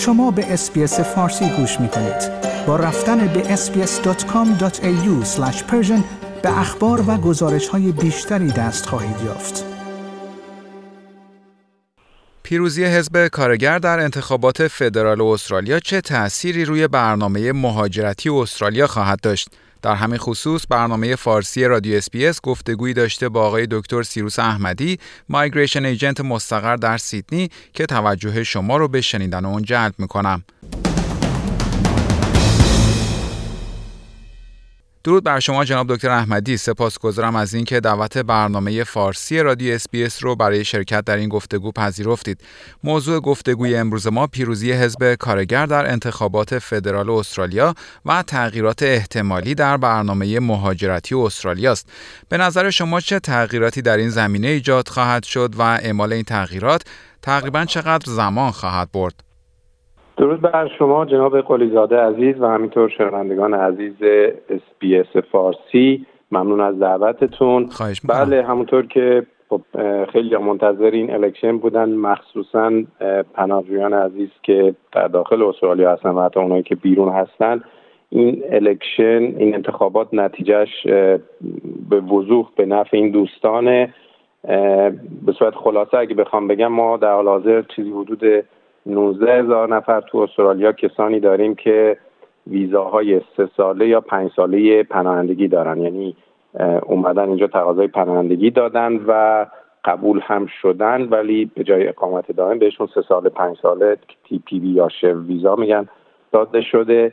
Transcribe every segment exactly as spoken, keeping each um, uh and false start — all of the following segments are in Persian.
شما به اس‌بی‌اس فارسی گوش می‌کنید. با رفتن به اس بی اس دات کام دات ای یو اسلش پرشن به اخبار و گزارش‌های بیشتری دست خواهید یافت. پیروزی حزب کارگر در انتخابات فدرال استرالیا چه تأثیری روی برنامه مهاجرتی استرالیا خواهد داشت؟ در همین خصوص برنامه فارسی رادیو اس بی اس گفتگویی داشته با آقای دکتر سیروس احمدی، مایگریشن ایجنت مستقر در سیدنی که توجه شما رو به شنیدن اون جلب می‌کنم. درود بر شما جناب دکتر احمدی، سپاسگزارم از اینکه دعوت برنامه فارسی رادیو اس بی اس رو برای شرکت در این گفتگو پذیرفتید. موضوع گفتگوی امروز ما پیروزی حزب کارگر در انتخابات فدرال استرالیا و تغییرات احتمالی در برنامه مهاجرتی استرالیا است. به نظر شما چه تغییراتی در این زمینه ایجاد خواهد شد و اعمال این تغییرات تقریباً چقدر زمان خواهد برد؟ درود بر شما جناب قلیزاده عزیز و همینطور شنوندگان عزیز اس بی اس فارسی، ممنون از دعوتتون. خواهش می‌کنم. بله، همونطور که خیلی منتظر این الکشن بودن، مخصوصا پناهجویان عزیز که در داخل استرالیا هستن و حتی اونایی که بیرون هستن، این الکشن، این انتخابات نتیجهش به وضوح به نفع این دوستانه. به صورت خلاصه اگه بخوام بگم، ما در حال حاضر چیزی حدود نوزده هزار نفر تو استرالیا کسانی داریم که ویزاهای سه ساله یا پنج ساله پناهندگی دارن، یعنی اومدن اینجا تقاضای پناهندگی دادن و قبول هم شدن، ولی به جای اقامت دائم بهشون سه ساله پنج ساله تی پی وی یا شو ویزا میگن داده شده.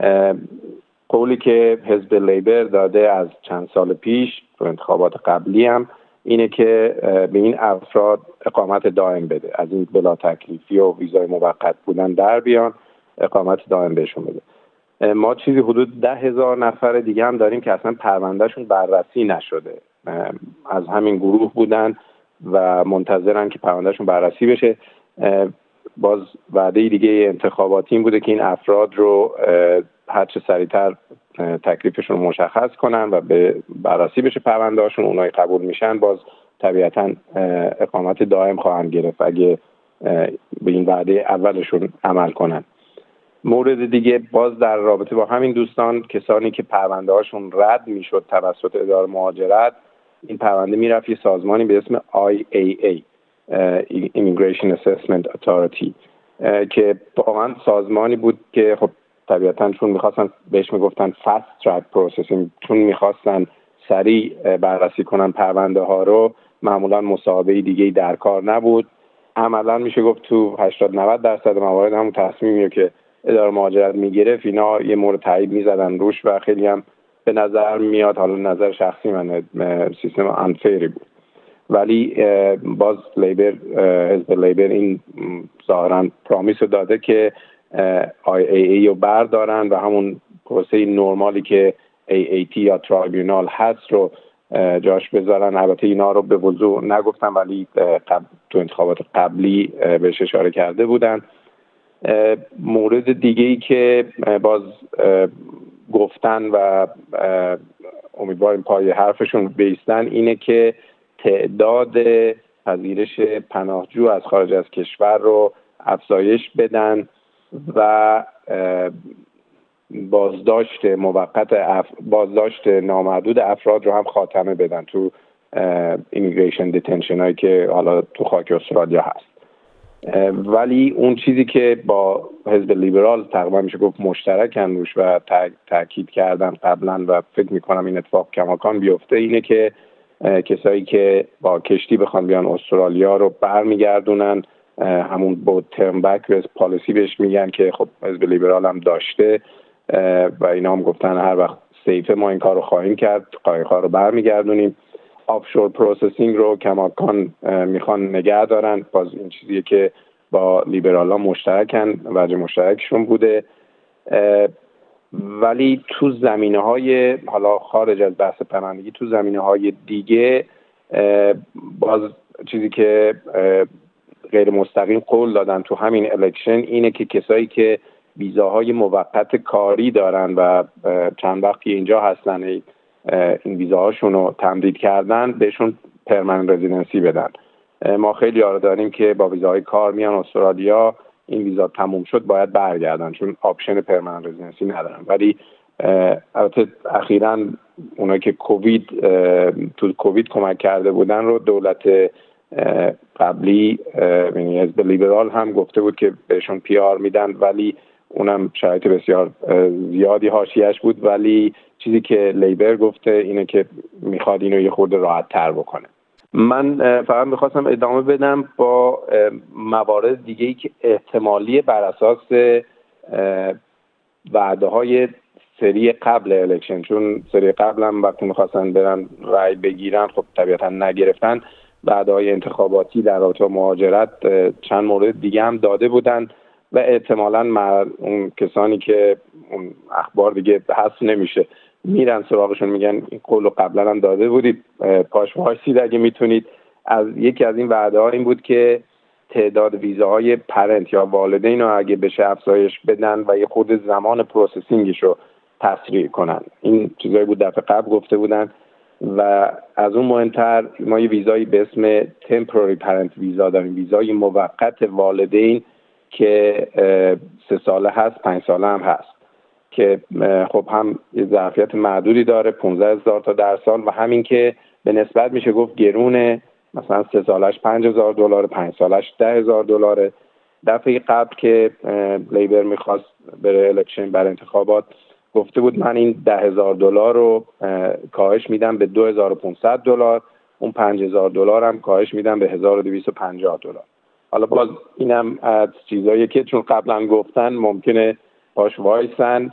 قولی که حزب لیبر داده از چند سال پیش تو انتخابات قبلی هم اینه که به این افراد اقامت دائم بده، از این بلا تکلیفی و ویزای موقت بودن در بیان، اقامت دائم بهشون بده. ما چیزی حدود ده هزار نفر دیگه هم داریم که اصلا پروندهشون بررسی نشده، از همین گروه بودن و منتظرن که پروندهشون بررسی بشه. باز وعده دیگه انتخاباتی این بوده که این افراد رو هرچه سریعتر تکلیفشون رو مشخص کنن و به بررسی بشه پرونده‌هاشون. اونایی قبول میشن باز طبیعتاً اقامت دائم خواهند گرفت اگه به این وعده اولشون عمل کنن. مورد دیگه باز در رابطه با همین دوستان، کسانی که پرونده‌هاشون رد میشد توسط اداره مهاجرت، این پرونده میرفت یه سازمانی به اسم آی ای ای Immigration Assessment Authority که واقعا سازمانی بود که خب طبیعتاً چون میخواستن، بهش میگفتن fast track processing، چون میخواستن سریع بررسی کنن پرونده ها رو، معمولا مصاحبه دیگه در کار نبود. عملا میشه گفت تو هشتاد نود درصد موارد همون تصمیمی که اداره مهاجرت میگرفت اینا یه مورد تایید میزدن روش و خیلی هم به نظر میاد، حالا نظر شخصی من، سیستم انفیری بود. ولی باز لیبر، حزب لیبر این ظاهراً پرامیس رو داده که آی ای ای رو بردارن و همون پروسه نرمالی که ای ای تی یا ترایبیونال هست رو جاش بذارن. البته اینا رو به وضوح نگفتن ولی قبل تو انتخابات قبلی بهش اشاره کرده بودن. مورد دیگه‌ای که باز گفتن و امیدواریم پای حرفشون بیستن اینه که تعداد پذیرش پناهجو از خارج از کشور رو افزایش بدن و بازداشت موقت اف... بازداشت نامحدود افراد رو هم خاتمه بدن تو ایمیگریشن دیتنشن هایی که حالا تو خاک استرالیا هست. ولی اون چیزی که با حزب لیبرال تقریبا میشه گفت مشترکن روش و تاکید کردن قبلا و فکر میکنم این اتفاق کماکان بیفته، اینه که کسایی که با کشتی بخوان بیان استرالیا رو برمیگردونن، همون با ترم بک پالیسی بهش میگن که خب حزب لیبرال هم داشته و اینا هم گفتن هر وقت سیفه ما این کار رو خواهیم کرد، قایق‌ها رو برمیگردونیم. آفشور پروسسینگ رو کماکان میخوان نگه دارن، باز این چیزیه که با لیبرال ها مشترکن، وجه مشترکشون بوده. ولی تو زمینه های حالا خارج از بحث پناهندگی، تو زمینه های دیگه باز چیزی که غیر مستقیم قول دادن تو همین الکشن اینه که کسایی که ویزاهای موقت کاری دارن و چند وقتی اینجا هستن، این ویزاهاشون رو تمدید کردن، بهشون پرمننت رزیدنسی بدن. ما خیلی آره داریم که با ویزاهای کار میان استرالیا این ویزا تموم شد باید برگردن، چون آپشن پرمننت رزیدنسی ندارن. ولی البته اخیراً اونایی که کووید تو کووید کمک کرده بودن رو دولت قبلی یعنی حزب لیبرال هم گفته بود که بهشون پی آر میدن، ولی اونم شرایط بسیار زیادی حاشیه‌اش بود. ولی چیزی که لیبر گفته اینه که میخواد اینو یه خورده راحت تر بکنه. من فقط میخواستم ادامه بدم با موارد دیگه‌ای که احتمالی بر اساس وعده های سری قبل الکشن، چون سری قبل هم وقتی میخواستن برن رای بگیرن خب طبیعتا نگرفتن، وعده های انتخاباتی در رابطه با مهاجرت چند مورد دیگه هم داده بودن و احتمالاً اون کسانی که اون اخبار دیگه حذف نمیشه میرن سراغشون میگن این قولو قبلا هم داده بودید پاش وایسید اگه میتونید. از یکی از این وعده ها این بود که تعداد ویزاهای پرنت یا والدین رو اگه بشه افزایش بدن و یه خود زمان پروسسینگش رو تسریع کنن. این چیزایی بود دفعه قبل گفته بودن. و از اون مهمتر ما یه ویزایی به اسم temporary parent ویزا داریم، ویزای موقت والدین که سه ساله هست، پنج ساله هم هست، که خب هم یه ظرفیت معدودی داره، پانزده هزار تا در سال، و همین که به نسبت میشه گفت گرونه، مثلا سه سالش پنج هزار دلار، پنج سالش ده هزار دلاره. دفعه قبل که لیبر میخواست بره الکشن بر انتخابات گفته بود من این ده هزار دلار رو کاهش میدم به دو هزار و پانصد دلار، اون پنج هزار دلار هم کاهش میدم به هزار و دویست و پنجاه دلار. حالا باز اینم از چیزایی که چون قبلا گفتن ممکنه باش وایسن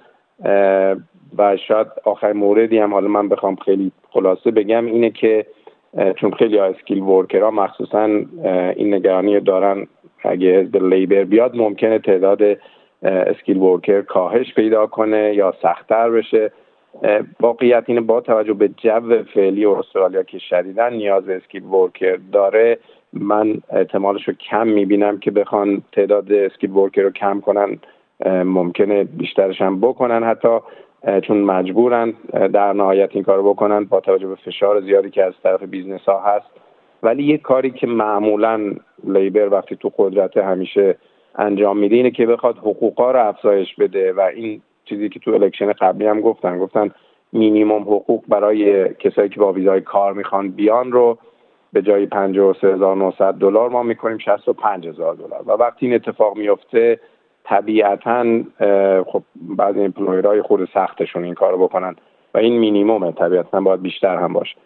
و شاید آخر موردی هم حالا من بخوام خیلی خلاصه بگم اینه که چون خیلی ها اسکیل ورکرها مخصوصا این نگرانی دارن اگه حزب لیبر بیاد ممکنه تعداد اسکیل ورکر کاهش پیدا کنه یا سخت‌تر بشه. واقعیت اینه با توجه به جو فعلی استرالیا که شدیداً نیاز اسکیل ورکر داره، من احتمالش رو کم میبینم که بخوان تعداد اسکیل ورکر رو کم کنن. ممکنه بیشترش هم بکنن حتی، چون مجبورن در نهایت این کارو بکنن با توجه به فشار زیادی که از طرف بیزنس ها هست. ولی یک کاری که معمولاً لیبر وقتی تو قدرت همیشه انجام میده اینه که بخواد حقوقا رو افزایش بده و این چیزی که تو الکشن قبلی هم گفتن گفتن مینیمم حقوق برای کسایی که با ویزای کار میخوان بیان رو به جای پنجاه و سه هزار و نهصد دلار ما میکنیم شصت و پنج هزار دلار. و وقتی این اتفاق میفته طبیعتاً خب بعضی امپلویرهای خود سختشون این کارو بکنن و این مینیممه، طبیعتاً باید بیشتر هم باشه.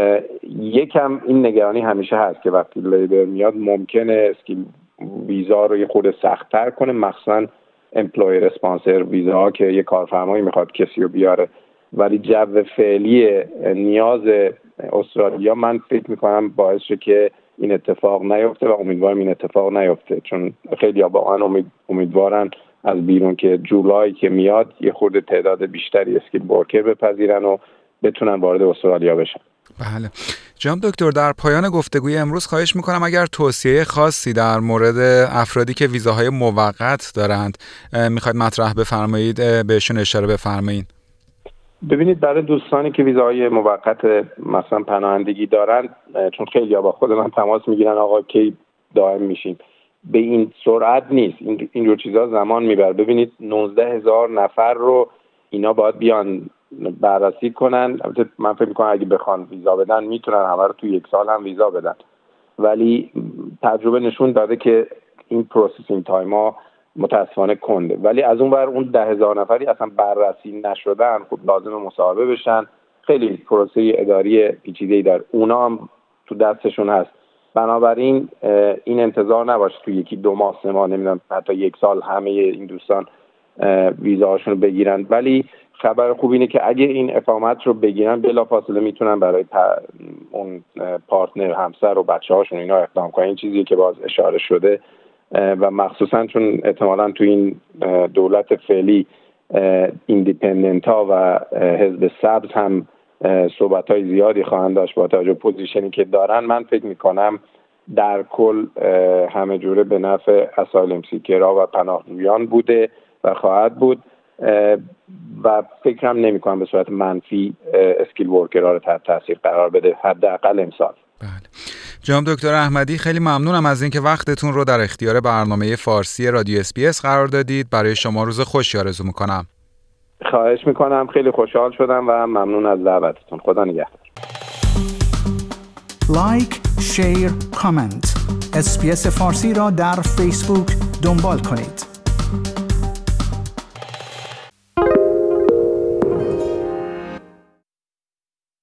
یکم این نگرانی همیشه هست که وقتی لیبر میاد ممکنه اسکیل ویزا رو یه خود سخت‌تر کنه، مخصوصاً امپلویر اسپانسر ویزا که یه کارفرمایی میخواد کسی رو بیاره. ولی جو فعلی نیاز استرالیا من فکر میکنم باعث شه که این اتفاق نیفته و امیدوارم این اتفاق نیفته، چون خیلی واقعا امید امیدوارن از بیرون که جولای که میاد یه خورده تعداد بیشتری اسکیل ورکر بپذیرن و بتونن وارد استرالیا بشن. بله جناب دکتر، در پایان گفتگوی امروز خواهش میکنم اگر توصیه خاصی در مورد افرادی که ویزاهای موقت دارند میخواید مطرح بفرمایید بهشون اشاره بفرمایید. ببینید برای دوستانی که ویزاهای موقت مثلا پناهندگی دارن، چون خیلی ها با خود من تماس میگیرن آقا کی دائم میشیم، به این سرعت نیست، این اینجور چیزا زمان میبره. ببینید نوزده هزار نفر رو اینا باید بیان بررسی کنن. البته من فکر میکنم اگه بخوان ویزا بدن میتونن همه رو تو یک سال هم ویزا بدن، ولی تجربه نشون داده که این پروسسینگ تایم ها متاسفانه کنده. ولی از اون ور اون ده هزار نفری اصلا بررسی نشدن، خب لازم مصاحبه بشن، خیلی پروسه اداری پیچیده‌ای داره، اونا هم تو دستشون هست. بنابراین این انتظار نباشه تو یکی دو ماه سه ماه نمیدونم حتی یک سال همه این دوستان ویزاهاشون رو بگیرن. ولی خبر خوب اینه که اگه این اقامت رو بگیرن بلافاصله میتونن برای اون پارتنر همسر و بچه‌هاشون اینا اقدام کنن. این چیزی که باز اشاره شده و مخصوصا چون احتمالاً تو این دولت فعلی ایندیپندنت ها و حزب سبز هم صحبت‌های زیادی خواهند داشت با توجه به پوزیشنی که دارن، من فکر می‌کنم در کل همه جوره به نفع اسایلم سیکرها و پناهجویان بوده و خواهد بود و فکرم نمی‌کنم به صورت منفی اسکیل ورکرها رو تحت تاثیر قرار بده، حداقل امسال. بله. جناب دکتر احمدی خیلی ممنونم از اینکه وقتتون رو در اختیار برنامه فارسی رادیو اس بی اس قرار دادید. برای شما روز خوشی آرزو میکنم. خواهش میکنم، خیلی خوشحال شدم و ممنون از دعوتتون. خدا نگهدار. لایک، شیر، کامنت. اس بی اس فارسی را در فیسبوک دنبال کنید.